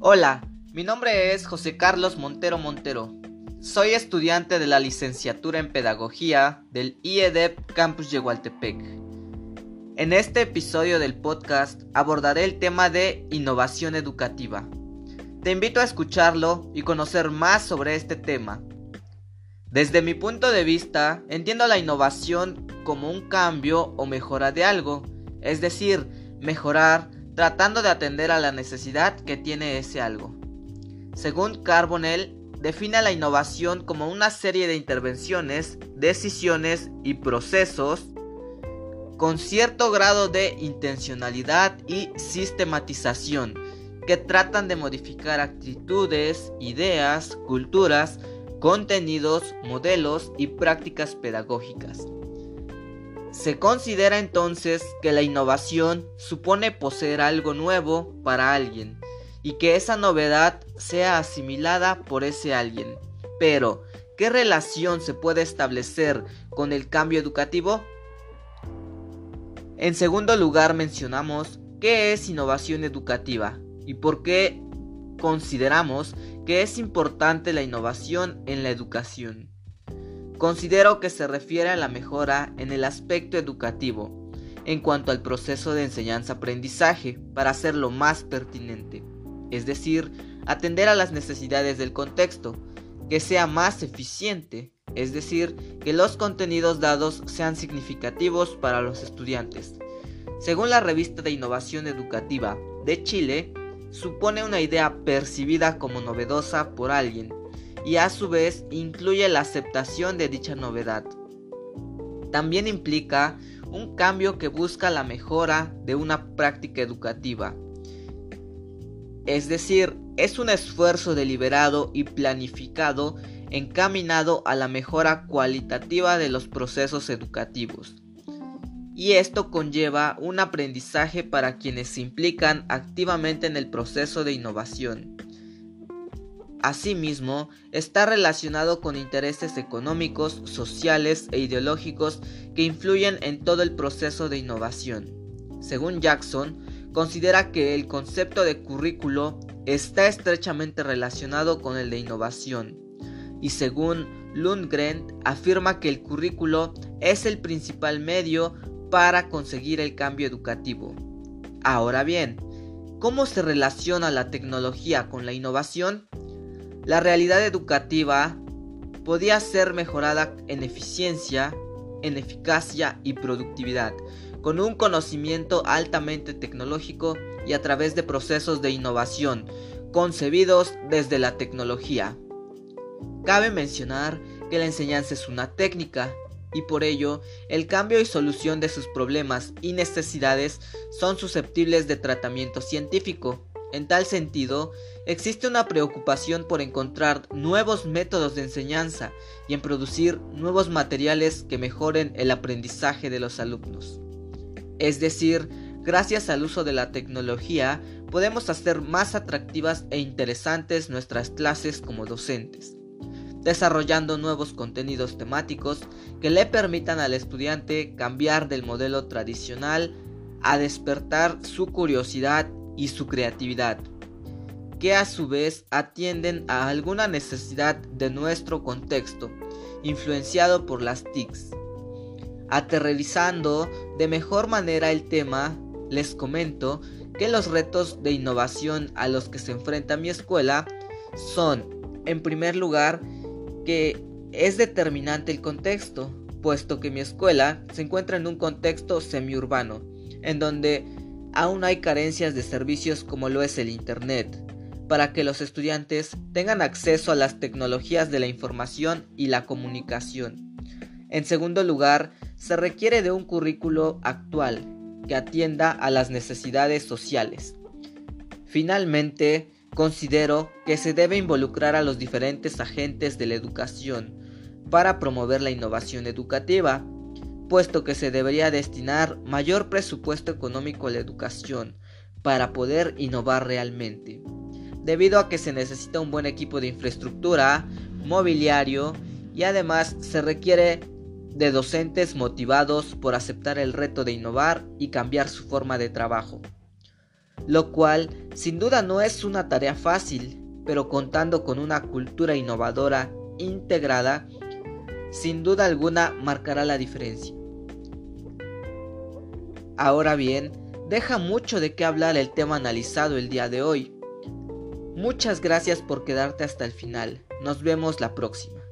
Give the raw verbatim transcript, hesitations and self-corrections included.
Hola, mi nombre es José Carlos Montero Montero. Soy estudiante de la licenciatura en Pedagogía del I E D E P Campus Yegualtepec. En este episodio del podcast abordaré el tema de innovación educativa. Te invito a escucharlo y conocer más sobre este tema. Desde mi punto de vista, entiendo la innovación como un cambio o mejora de algo, es decir, mejorar tratando de atender a la necesidad que tiene ese algo. Según Carbonell, define la innovación como una serie de intervenciones, decisiones y procesos con cierto grado de intencionalidad y sistematización que tratan de modificar actitudes, ideas, culturas, contenidos, modelos y prácticas pedagógicas. Se considera entonces que la innovación supone poseer algo nuevo para alguien y que esa novedad sea asimilada por ese alguien. Pero, ¿qué relación se puede establecer con el cambio educativo? En segundo lugar mencionamos qué es innovación educativa y por qué consideramos que es importante la innovación en la educación. Considero que se refiere a la mejora en el aspecto educativo, en cuanto al proceso de enseñanza-aprendizaje, para hacerlo más pertinente, es decir, atender a las necesidades del contexto, que sea más eficiente, es decir, que los contenidos dados sean significativos para los estudiantes. Según la revista de Innovación Educativa de Chile, supone una idea percibida como novedosa por alguien, y a su vez incluye la aceptación de dicha novedad. También implica un cambio que busca la mejora de una práctica educativa. Es decir, es un esfuerzo deliberado y planificado encaminado a la mejora cualitativa de los procesos educativos. Y esto conlleva un aprendizaje para quienes se implican activamente en el proceso de innovación. Asimismo, está relacionado con intereses económicos, sociales e ideológicos que influyen en todo el proceso de innovación. Según Jackson, considera que el concepto de currículo está estrechamente relacionado con el de innovación. Y según Lundgren, afirma que el currículo es el principal medio para conseguir el cambio educativo. Ahora bien, ¿cómo se relaciona la tecnología con la innovación? La realidad educativa podía ser mejorada en eficiencia, en eficacia y productividad, con un conocimiento altamente tecnológico y a través de procesos de innovación concebidos desde la tecnología. Cabe mencionar que la enseñanza es una técnica y por ello el cambio y solución de sus problemas y necesidades son susceptibles de tratamiento científico. En tal sentido, existe una preocupación por encontrar nuevos métodos de enseñanza y en producir nuevos materiales que mejoren el aprendizaje de los alumnos. Es decir, gracias al uso de la tecnología, podemos hacer más atractivas e interesantes nuestras clases como docentes, desarrollando nuevos contenidos temáticos que le permitan al estudiante cambiar del modelo tradicional a despertar su curiosidad y su creatividad, que a su vez atienden a alguna necesidad de nuestro contexto, influenciado por las T I Cs. Aterrizando de mejor manera el tema, les comento que los retos de innovación a los que se enfrenta mi escuela son, en primer lugar, que es determinante el contexto, puesto que mi escuela se encuentra en un contexto semiurbano, en donde aún hay carencias de servicios como lo es el Internet, para que los estudiantes tengan acceso a las tecnologías de la información y la comunicación. En segundo lugar, se requiere de un currículo actual que atienda a las necesidades sociales. Finalmente, considero que se debe involucrar a los diferentes agentes de la educación para promover la innovación educativa, puesto que se debería destinar mayor presupuesto económico a la educación para poder innovar realmente, debido a que se necesita un buen equipo de infraestructura, mobiliario y además se requiere de docentes motivados por aceptar el reto de innovar y cambiar su forma de trabajo. lo cual sin duda no es una tarea fácil, pero contando con una cultura innovadora integrada, sin duda alguna marcará la diferencia. Ahora bien, deja mucho de qué hablar el tema analizado el día de hoy. Muchas gracias por quedarte hasta el final. Nos vemos la próxima.